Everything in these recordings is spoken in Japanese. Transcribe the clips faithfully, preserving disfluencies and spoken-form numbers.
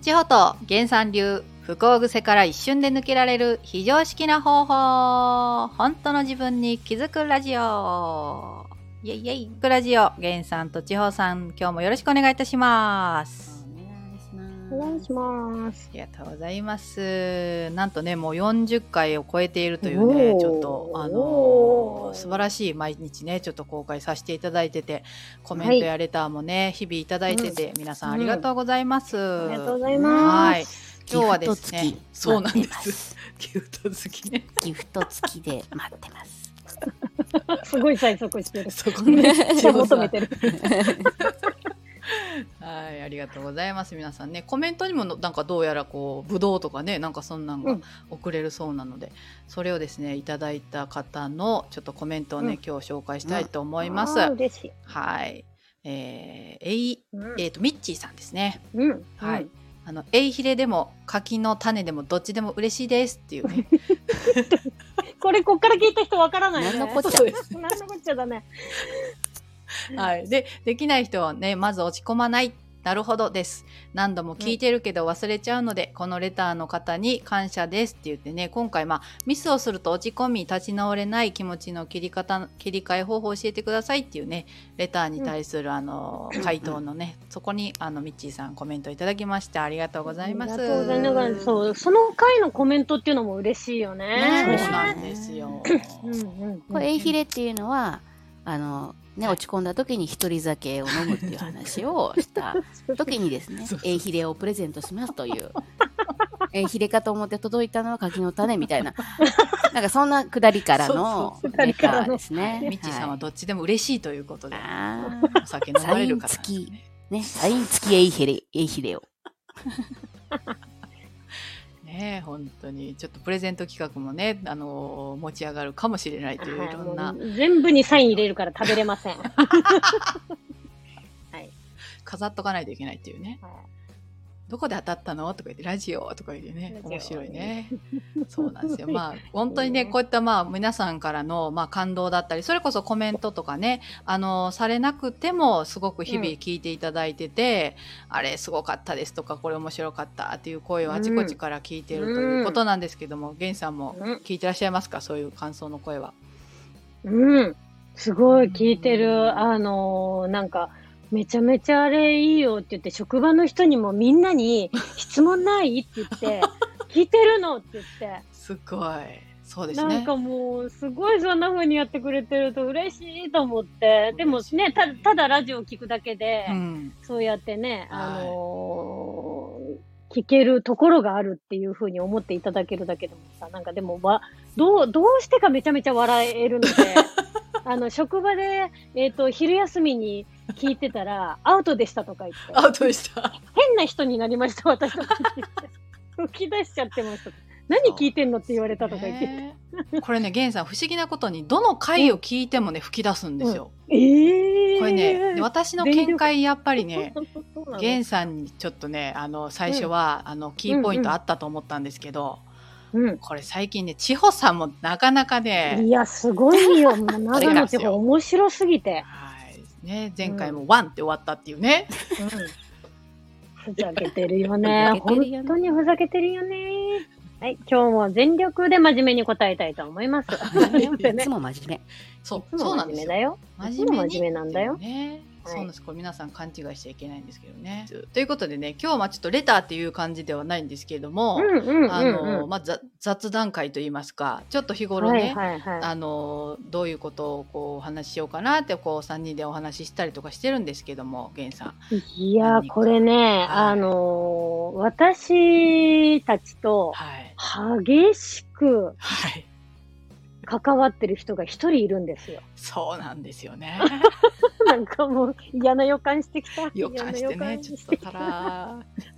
千穂と原産流不幸癖から一瞬で抜けられる非常識な方法、本当の自分に気づくラジオ、イエイイエイラジオ、原さんと千穂さん、今日もよろしくお願いいたします。 お願いします。 ありがとうございます。なんとね、もうよんじゅっかいを超えているというね、ちょっとあのー、素晴らしい毎日ねちょっと公開させていただいてて、コメントやレターもね、はい、日々いただいてて、うん、皆さんありがとうございます、 うん、ありがとうございます。はい、 今日はですね、そうなんです。ギフト付きね。 ギフト付きで待ってます。 すごい催促してる。 そこめっちゃ求めてる。 はい、ありがとうございます。皆さんね、コメントにもなんかどうやらこうぶどうとかね、なんかそんなんが送れるそうなので、うん、それをですねいただいた方のちょっとコメントをね、うん、今日紹介したいと思います。うん、 嬉しい。 はい、えー、えい、うん、えーとミッチーさんですね。 うん、 はい。あのえいひれでも柿の種でもどっちでも嬉しいですっていうね。 これこっから聞いた人わからないね。 何のこっちゃ。 何のこっちゃだね。 はい、でできない人はね、まず落ち込まない、なるほどです。何度も聞いてるけど忘れちゃうので、うん、このレターの方に感謝ですって言ってね、今回まあミスをすると落ち込み立ち直れない気持ちの切り方切り替え方法を教えてくださいっていうねレターに対する、うん、あの回答のね、そこにあのミッチーさんコメントいただきまして、ありがとうございます。 ありがとうございます。そう、その回のコメントっていうのも嬉しいよね。 そうなんですよ。 うんうん、これえいひれっていうのはあのね、落ち込んだ時に一人酒を飲むっていう話をした時にですね、えいひれをプレゼントしますという、えいひれかと思って届いたのは柿の種みたいな、なんかそんなくだりからのレターですね。 ミッチーさんはどっちでも嬉しいということで、 はい、 お酒飲まれるから、 ね、サイン付き、ね、サイン付きえいひれ、えいひれを。 ね、本当にちょっとプレゼント企画もね、あのー、持ち上がるかもしれないという、はい、いろんな全部にサイン入れるから食べれません。はい、 飾っとかないといけないっていうね、はい、どこで当たったのとか言ってラジオとか言ってね、面白いね。そうなんですよ。まあ本当にね、こういったまあ皆さんからのまあ感動だったり、それこそコメントとかね、あのされなくてもすごく日々聞いていただいてて、うん、あれすごかったですとか、これ面白かったっていう声をあちこちから聞いているということなんですけども、うん、源さんも聞いてらっしゃいますか、そういう感想の声は。 うん、すごい聞いてる。あのー、なんかめちゃめちゃあれいいよって言って、職場の人にもみんなに質問ないって言って聞いてるのって言って、 すごい、そうですね。 なんかもうすごいそんな風にやってくれてると嬉しいと思って、でもね、ただただラジオを聞くだけで、うん、そうやってね、あのー、聞けるところがあるっていう風に思っていただけるだけでもさ、なんかでもわどうどうしてかめちゃめちゃ笑えるので。あの職場で、えーと、昼休みに聞いてたらアウトでしたとか言って、 アウトでした、 変な人になりました私とか言って吹き出しちゃってました。何聞いてんのって言われたとか言ってて、 これね、源さん不思議なことにどの回を聞いてもね吹き出すんですよ、 うん、えー、 これね、私の見解やっぱりね源さんにちょっとね、あの最初は、うん、あのキーポイントあったと思ったんですけど、うん、これ最近ね、千穂さんもなかなかね、 いやすごいよ、もう長野千穂面白すぎて、 はいね、前回もワンって終わったっていうね、 うん、ふざけてるよね本当にふざけてるよね。はい、今日も全力で真面目に答えたいと思います。 いつも真面目。 そう、 そうなんですよ。真面目真面目なんだよ。 そうなんです。これ皆さん勘違いしちゃいけないんですけどね。ということでね、今日はちょっとレターっていう感じではないんですけれども、あのまあ雑談会といいますか、ちょっと日頃ね、はいはいはい、あのどういうことをこうお話ししようかなってこうさんにんでお話ししたりとかしてるんですけども、源さん。 いやこれね、はい、あの私たちと激しく、はい関わってる人が一人いるんですよ。 そうなんですよね。 なんかもう嫌な予感してきた。 予感してね、ちょっとたら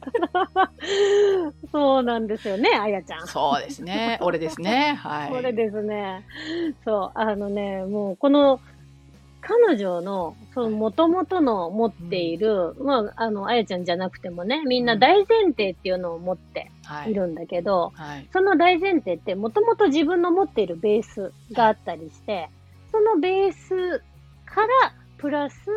そうなんですよね、あやちゃん。 そうですね、俺ですね。はい。 俺ですね。そう、あのね、もうこの彼女のその元々の持っている、うん、まああのあやちゃんじゃなくてもね、みんな大前提っていうのを持っているんだけど、はいはい、その大前提って元々自分の持っているベースがあったりして、そのベースからプラス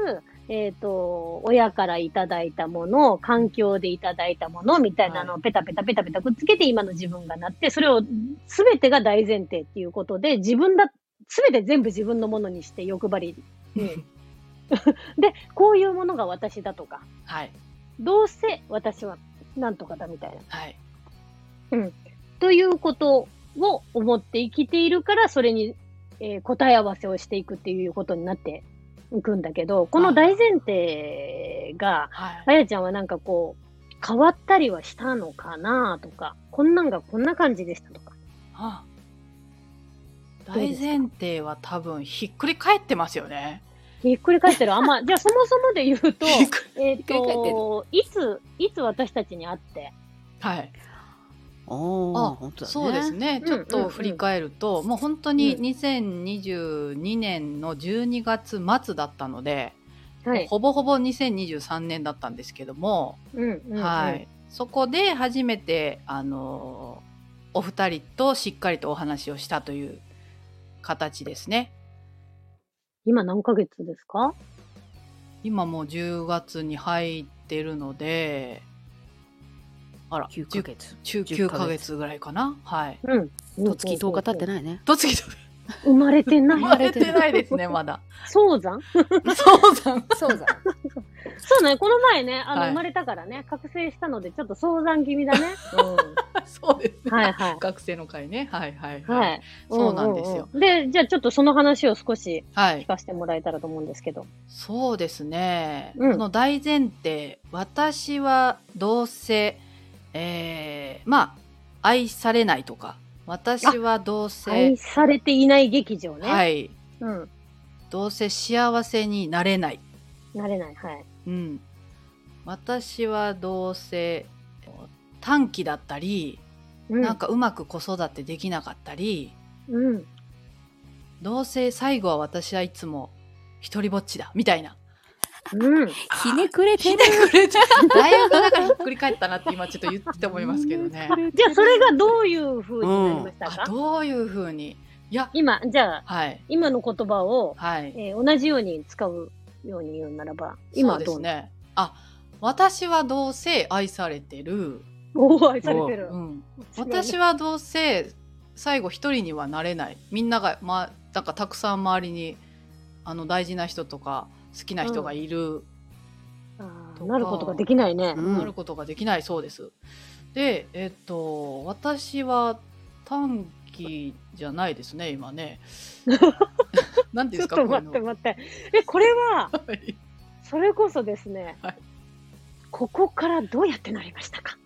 えっと、親からいただいたもの、環境でいただいたものみたいなのをペタペタペタペタくっつけて今の自分がなって、それを全てが大前提っていうことで、自分だ、全て全部自分のものにして欲張りに。で、こういうものが私だとか、 はい、 どうせ私はなんとかだみたいな。 はい。 うん。ということを思って生きているから、それに、えー、答え合わせをしていくっていうことになっていくんだけど、この大前提が、あやちゃんはなんかこう、変わったりはしたのかなとか、こんなんがこんな感じでしたとか。 はあ、大前提は多分ひっくり返ってますよね。 ひっくり返ってる。あんま、じゃあそもそもで言うと、えっと、いつ、いつ私たちに会って、 はい。 ああ、本当だね。 そうですね。ちょっと振り返ると、うんうんうん、もう本当ににせんにじゅうにねんのじゅうにがつ末だったので、はい、ほぼほぼにせんにじゅうさんねんだったんですけども、 うんうんうん、 はい。そこで初めて、あの、お二人としっかりとお話をしたという形ですね。 今何ヶ月ですか？ 今もうじゅうがつに入ってるので、あら、 きゅうかげつ。 きゅうかげつぐらいかな。はい。 うん。 とつきとおか経ってないね。 とつきと生まれてない。 生まれてないですね、まだ。 早産早産。 早産。 そうね、この前ね、あの、はい、生まれたからね、覚醒したので、ちょっと早産気味だね。 うん、そうですね。 はいはい。 学生の会ね。はいはいはい。はい、 そうなんですよ、 うんうんうん。で、じゃあちょっとその話を少し聞かせてもらえたらと思うんですけど。はい、 そうですね。うん、この大前提、私はどうせ、えー、まあ、愛されないとか、私はどうせ愛されていない劇場ね。 はい。 うん。 どうせ幸せになれない。 なれない。はい。 うん。私はどうせ短期だったり、うん、なんかうまく子育てできなかったり、 うん。 どうせ最後は私はいつも一人ぼっちだみたいな。 うん。 ひねくれてる。 ひねくれてる。だいぶだからひっくり返ったなって今ちょっと言って思いますけどね。 じゃあそれがどういう風になりましたか？ うん、どういう風に。いや今、じゃあ、 はい、 今の言葉を、 はいえー、同じように使うように言うならば、今はどうそうですね。あ、私はどうせ愛されてる。 おー、愛されてる。 うん、私はどうせ最後一人にはなれない。みんなが、ま、なんかたくさん周りにあの大事な人とか好きな人がいる、うんあなることができないね、 うん、なることができないそうです。で、えっと私は短期じゃないですね今ね。何ですか？ ちょっと待って待って。えこれは、はい、それこそですね、はい、ここからどうやってなりましたか？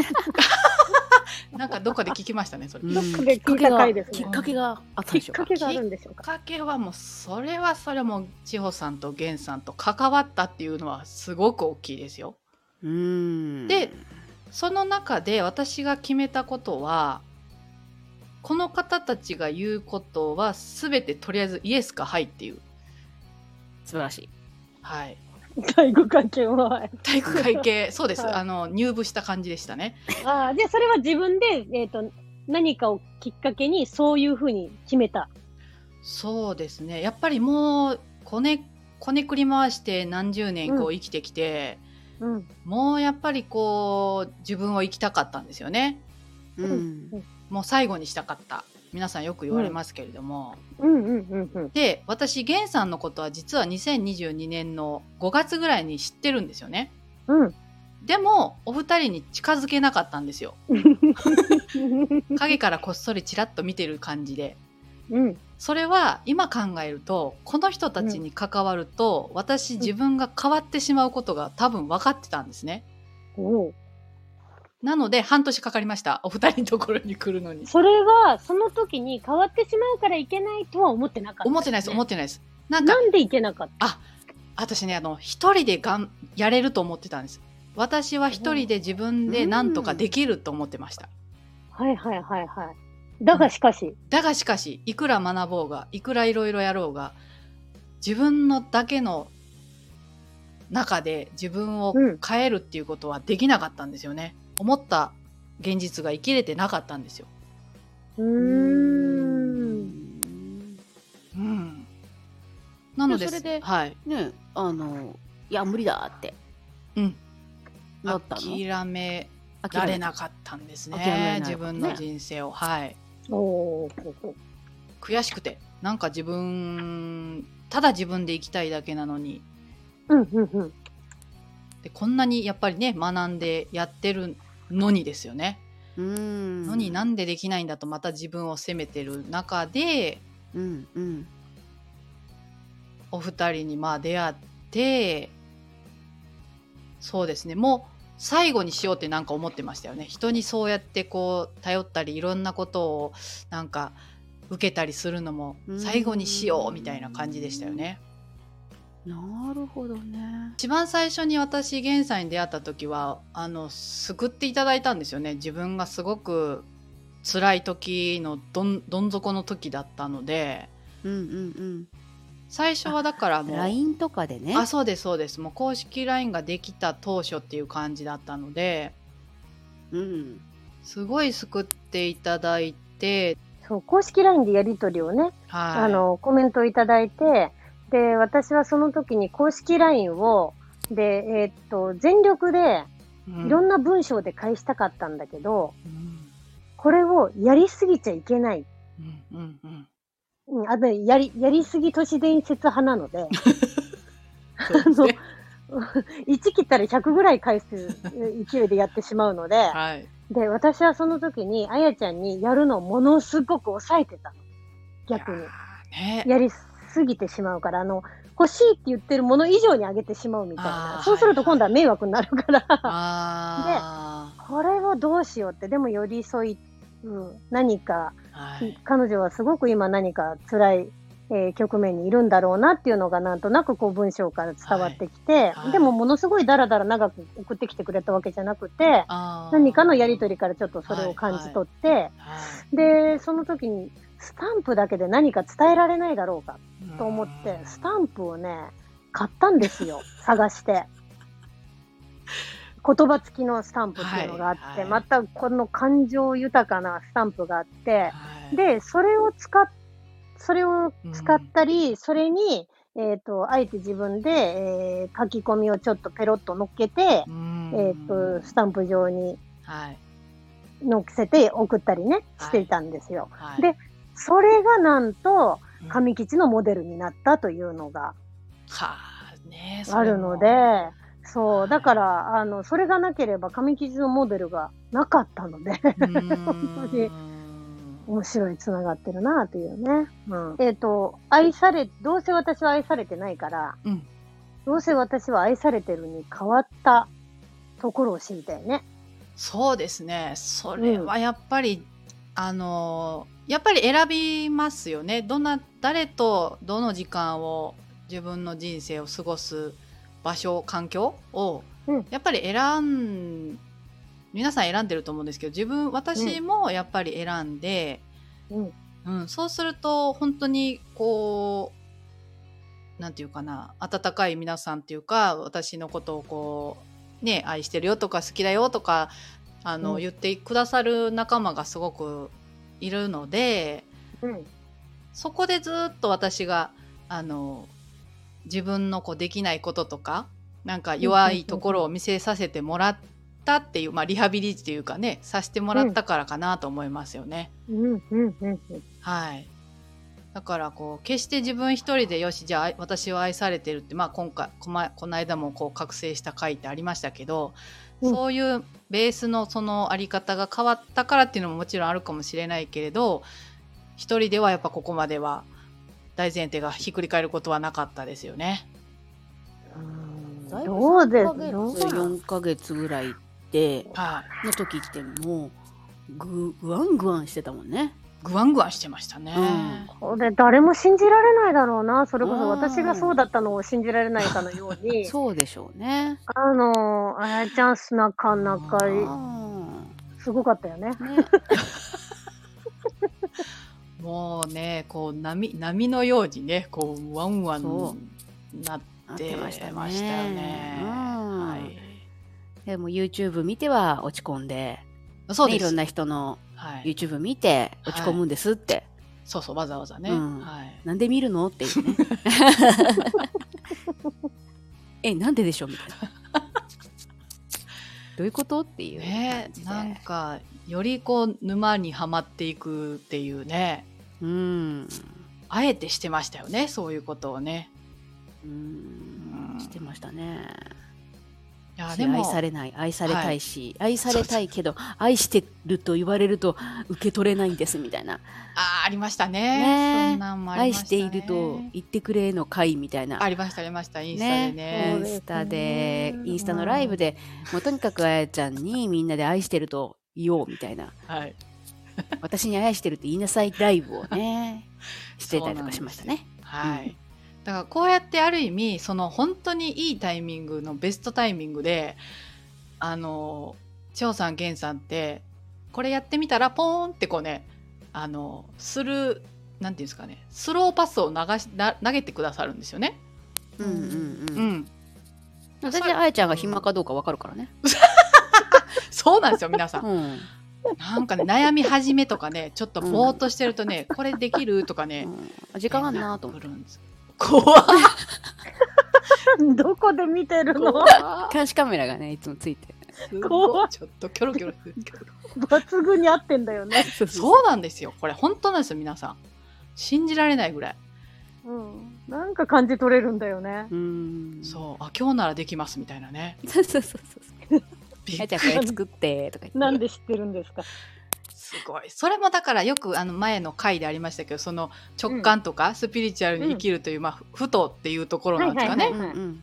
なんかどっかで聞きましたねそれ。 どっかで聞いた回ですね。 きっかけがあったでしょうか。 きっかけがあるんでしょうか。 きっかけはもうそれはそれも千穂さんと源さんと関わったっていうのはすごく大きいですよ。 うーんでその中で私が決めたことはこの方たちが言うことは全てとりあえずイエスかはいっていう。 素晴らしい。 はい。 体育会系は体育会系そうです、はい、あの入部した感じでしたね。 ああ、じゃあそれは自分で、えーと、何かをきっかけにそういうふうに決めた。 そうですねやっぱりもうこねこねくり回して何十年こう生きてきて、うんうん、もうやっぱりこう自分を生きたかったんですよね、うん、もう最後にしたかった皆さんよく言われますけれども、 うんうんうんうん、 で私源さんのことは実はにせんにじゅうにねんのごがつぐらいに知ってるんですよね、うん、でもお二人に近づけなかったんですよ影からこっそりチラッと見てる感じで、うん、それは今考えるとこの人たちに関わると、うん、私自分が変わってしまうことが多分分かってたんですね、うん、なので半年かかりましたお二人のところに来るのに。 それはその時に変わってしまうからいけないとは思ってなかった、ね、 思ってないです思ってないです。 なんかなんでいけなかった？ あ、私ねあの一人でがんやれると思ってたんです。私は一人で自分で何とかできると思ってました、 うん、はいはいはいはい。だがしかし、うん、 だがしかしいくら学ぼうがいくらいろいろやろうが自分のだけの中で自分を変えるっていうことはできなかったんですよね、うん、思った現実が生きれてなかったんですよ。うーん、うん、なのでそれで、 はいね、あのいや無理だってうんなったの？ 諦められなかったんですね、ね、自分の人生を。はいお悔しくて、なんか自分ただ自分で生きたいだけなのに、 うんうんうん、 でこんなにやっぱりね学んでやってるのにですよね。 うーんのになんでできないんだとまた自分を責めてる中で、 うんうん、 お二人にまあ出会って、そうですね、もう最後にしようってなんか思ってましたよね。人にそうやってこう頼ったりいろんなことをなんか受けたりするのも最後にしようみたいな感じでしたよね。 なるほどね。 一番最初に私源さんに出会った時はあの救っていただいたんですよね。自分がすごく辛い時のどんどん底の時だったので、 うんうんうん、 最初はだからもうライン とかでね。 あ、そうですそうです。もう公式 ライン ができた当初っていう感じだったので、 うん、 すごい救っていただいて、 そう公式 ライン でやり取りをね、はい、あのコメントをいただいて、で私はその時に公式 ライン をで、えー、っと全力でいろんな文章で返したかったんだけど、うん、これをやりすぎちゃいけない。うんうんうんうん、あのやりやりすぎ都市伝説派なので、そうですね、あのいち切ったらひゃくぐらい返す勢いでやってしまうので、はい、で私はその時にあやちゃんにやるのをものすごく抑えてたの。逆にや、ね、やりすぎてしまうから、あの欲しいって言ってるもの以上にあげてしまうみたいな。そうすると今度は迷惑になるから、はい、でこれをどうしようって。でも寄り添い、うん、何か、はい、彼女はすごく今何か辛い、えー、局面にいるんだろうなっていうのがなんとなくこう文章から伝わってきて、はいはい、でもものすごいダラダラ長く送ってきてくれたわけじゃなくて、何かのやり取りからちょっとそれを感じ取って、はいはいはい、でその時にスタンプだけで何か伝えられないだろうかと思ってスタンプをね買ったんですよ。探して言葉付きのスタンプっていうのがあって、はいはい、またこの感情豊かなスタンプがあって、はい、でそれを使っそれを使ったり、うん、それに、えーと、あえて自分で、えー、書き込みをちょっとペロッと乗っけて、うん、えーと、スタンプ上に乗せて送ったりね、はい、していたんですよ、はい、でそれがなんと上吉のモデルになったというのがあるので、そうだからあのそれがなければ上吉のモデルがなかったので本当に面白いつながってるなというね、うん、えっと愛されどうせ私は愛されてないから、うん、どうせ私は愛されてるに変わったところを知りたいね。 そうですね、それはやっぱり、うん、あのやっぱり選びますよね。どんな誰とどの時間を自分の人生を過ごす場所環境をやっぱり選ん、皆さん選んでると思うんですけど、自分私もやっぱり選んで、うんうん、そうすると本当にこうなんていうかな、温かい皆さんっていうか、私のことをこうね愛してるよとか好きだよとかあの、うん、言ってくださる仲間がすごくいるので、うん、そこでずっと私があの自分のこうできないこととかなんか弱いところを見せさせてもらったっていう、まあ、リハビリっていうかねさせてもらったからかなと思いますよね、うんうんうん、はい。だからこう決して自分一人でよしじゃあ私は愛されてるって、まあ、今回この間もこう覚醒した回ってありましたけど、うん、そういうベースのそのあり方が変わったからっていうのももちろんあるかもしれないけれど、一人ではやっぱここまでは大前提がひっくり返ることはなかったですよね。 うんどうですかよんかげつぐらいでの時ってもうぐぐわんぐわんしてたもんね。 ぐわんぐわんしてましたね、 うん、これ誰も信じられないだろうな。それこそ私がそうだったのを信じられないかのようにそうでしょうね。 あのあやちゃんなかなかすごかったよね、ねもうねこう 波, 波のようにねこうワンワンなってましたね。したよね、うんはい、でも YouTube 見ては落ち込んで、そうです、ね、いろんな人のはい、YouTube 見て落ち込むんですって、はい、 そうそうわざわざね、 うんはい、 なんで見るのっていうねえなんででしょうみたいなどういうことっていうね、なんかよりこう沼にはまっていくっていうね、 うん、 あえてしてましたよね、そういうことをね。 うん、うん、してましたね。 いやでも愛されない愛されたいし、はい、愛されたいけど愛してると言われると受け取れないんですみたいな。 あありました ね, ねそんなんもありましたね。 愛していると言ってくれの会みたいなありましたありましたインスタで ね, ねインスタでインスタのライブで、もうとにかくあやちゃんにみんなで愛してると言おうみたいな、はい、私に愛してるって言いなさいライブをねしてたりとかしましたね。 はい、うん、だからこうやってある意味その本当にいいタイミングのベストタイミングであの張さん源さんってこれやってみたらポーンってこうねあのするなんていうんですかねスローパスを流しな投げてくださるんですよね。 うんうんうん。うん、私あやちゃんが暇かどうかわかるからね。 そうなんですよ皆さん。うんなんかね悩み始めとかねちょっとぼーっとしてるとね、うん、これできるとかね、 うん、時間あんなと思って怖っどこで見てるの監視カメラがねいつもついて怖っちょっとキョロキョロ抜群に合ってんだよね。 そうなんですよこれ本当なんですよ皆さん信じられないぐらい、 うん、なんか感じ取れるんだよね。 うんそうあ今日ならできますみたいなね。 そうそうそうそうじゃあこれ作ってとか言ってなんで知ってるんですか。 すごいそれもだからよくあの前の回でありましたけどその直感とかスピリチュアルに生きるという、うん、まあふとっていうところなんですかね。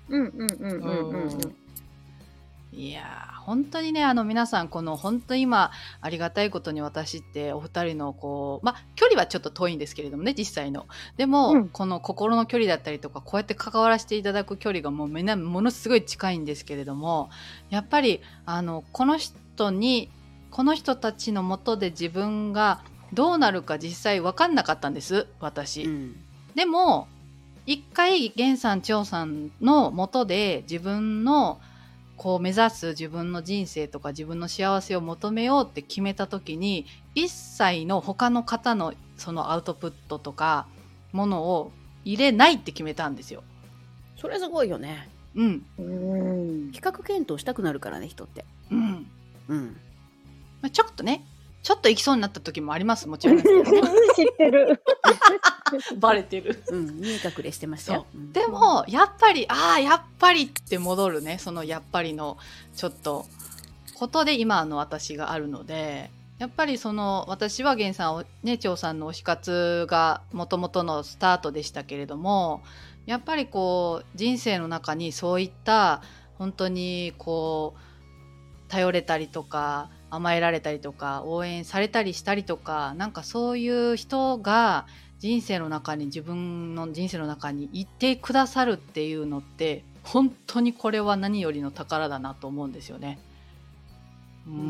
いや本当にねあの皆さんこの本当に今ありがたいことに私ってお二人のこうまあ距離はちょっと遠いんですけれどもね実際のでも、うん、この心の距離だったりとかこうやって関わらせていただく距離がもうみんなものすごい近いんですけれどもやっぱりあのこの人にこの人たちの下で自分がどうなるか実際分かんなかったんです私、うん、でも一回源さん張さんの下で自分のこう目指す自分の人生とか自分の幸せを求めようって決めた時に一切の他の方のそのアウトプットとかものを入れないって決めたんですよ。 それすごいよね。うん。うん比較検討したくなるからね人って。うんうんちょっとねちょっと行きそうになった時もありますもちろんですけどね知ってるバレてる、 うん、見え隠れしてましたよ、 うん、でもやっぱりああやっぱりって戻るねそのやっぱりのちょっとことで今の私があるのでやっぱりその私は源さんね張さんの推し活がもともとのスタートでしたけれどもやっぱりこう人生の中にそういった本当にこう頼れたりとか甘えられたりとか応援されたりしたりとかなんかそういう人が人生の中に自分の人生の中にいてくださるっていうのって本当にこれは何よりの宝だなと思うんですよね。うん、うん、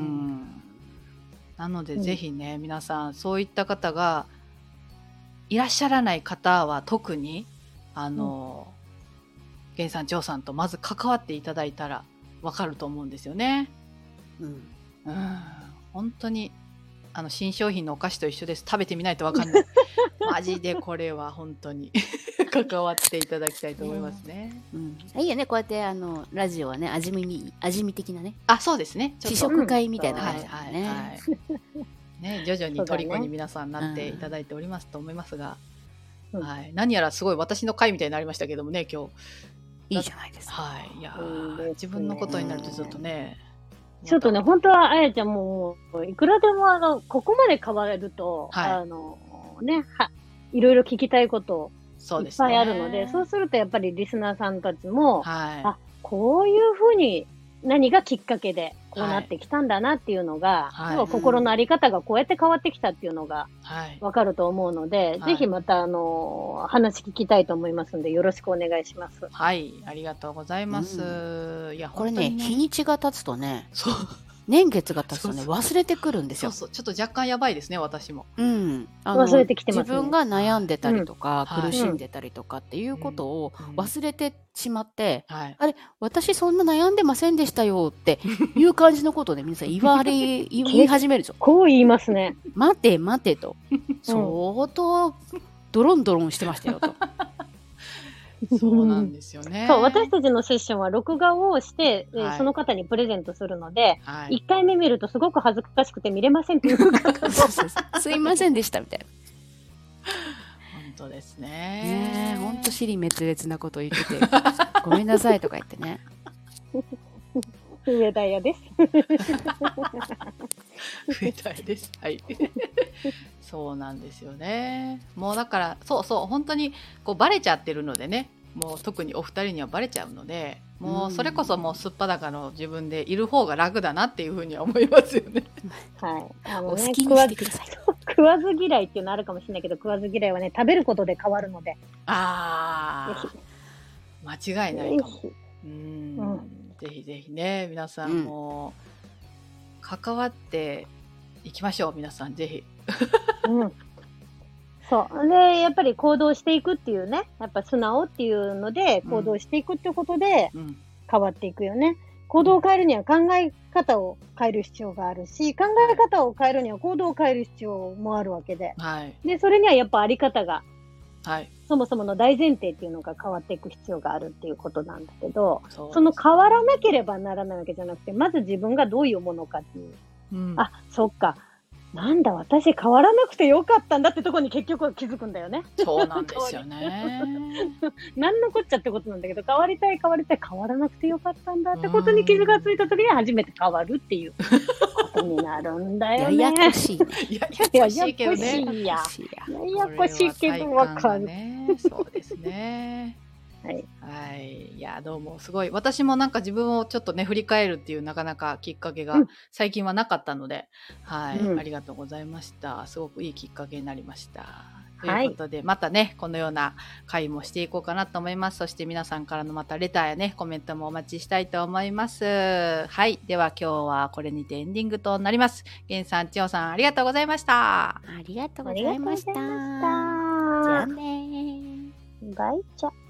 なのでぜひね、うん、皆さんそういった方がいらっしゃらない方は特にあの源さん張さんとまず関わっていただいたらわかると思うんですよね。うんうん、本当にあの新商品のお菓子と一緒です。食べてみないと分かんないマジでこれは本当に関わっていただきたいと思いますね、 うんうん、いいよねこうやってあのラジオはね味見味見的なねあそうですね試食会みたいな感じだね、うんはいはいはいね、徐々に虜に皆さんなっていただいておりますと思いますが、うんはい、何やらすごい私の会みたいになりましたけどもね今日いいじゃないですか、 はい、いや、ね、自分のことになるとちょっとねちょっとね、本当はあやちゃんもういくらでもあのここまで変われると、はい、あのねはいろいろ聞きたいこといっぱいあるので、そうするとやっぱりリスナーさんたちも、はい、あこういうふうに何がきっかけでこうなってきたんだなっていうのが、はい、心のあり方がこうやって変わってきたっていうのがわかると思うので、はい、ぜひまたあの話聞きたいと思いますのでよろしくお願いします。 はい、ありがとうございます。 うん、いやこれね日にちが経つとね、そう年月が経つとね忘れてくるんですよ。 そうそうちょっと若干やばいですね私も。 うん、あの忘れてきてますね。 自分が悩んでたりとか、うん、苦しんでたりとかっていうことを忘れてしまって、うんうん、あれ私そんな悩んでませんでしたよっていう感じのことで皆さん言われ言い始めるでしょ。 こう言いますね。 待て待てと相当ドロンドロンしてましたよと。 そうなんですよね。 そう、私たちのセッションは録画をして、はい、その方にプレゼントするので、はい、いっかいめ見るとすごく恥ずかしくて見れませんっていう方すいませんでしたみたいな。 本当ですね。 ね、本当尻滅裂なこと言っててごめんなさいとか言ってね。 上田屋です。 上田屋です。はい。そうなんですよね。もうだからそうそう本当にこうバレちゃってるのでね。もう特にお二人にはバレちゃうので、もうそれこそもうすっぱだかの自分でいる方が楽だなっていうふうには思いますよね。 はい。あのね、 お好きにしてください。 食わず嫌いっていうのあるかもしれないけど、食わず嫌いはね、食べることで変わるので。 ああ。間違いないかも。うん、うん。ぜひぜひね、皆さんも関わっていきましょう。皆さんぜひ。 うん。そうでやっぱり行動していくっていうね、やっぱ素直っていうので行動していくっていうことで変わっていくよね、うん、行動を変えるには考え方を変える必要があるし、考え方を変えるには行動を変える必要もあるわけで、はい、でそれにはやっぱあり方が、はい、そもそもの大前提っていうのが変わっていく必要があるっていうことなんだけど、 そ, その変わらなければならないわけじゃなくて、まず自分がどういうものかっていう、うん、あ、そっか、なんだ私変わらなくてよかったんだってところに結局は気づくんだよね。 そうなんですよね。 何のこっちゃってことなんだけど、変わりたい変わりたい変わらなくてよかったんだってことに気がついた時に初めて変わるっていうことになるんだよね。 ややこしい。 ややこしいけどね。 ややこしいけどわかる。 そうですね。はい、はい、いやどうもすごい、私もなんか自分をちょっとね振り返るっていうなかなかきっかけが最近はなかったので、うん、はい、うん、ありがとうございました。すごくいいきっかけになりました。ということで、はい、またねこのような会もしていこうかなと思います。そして皆さんからのまたレターやねコメントもお待ちしたいと思います。はい、では今日はこれにてエンディングとなります。げんさん、ちおさん、ありがとうございました。 ありがとうございました。じゃあね、 バイチャ。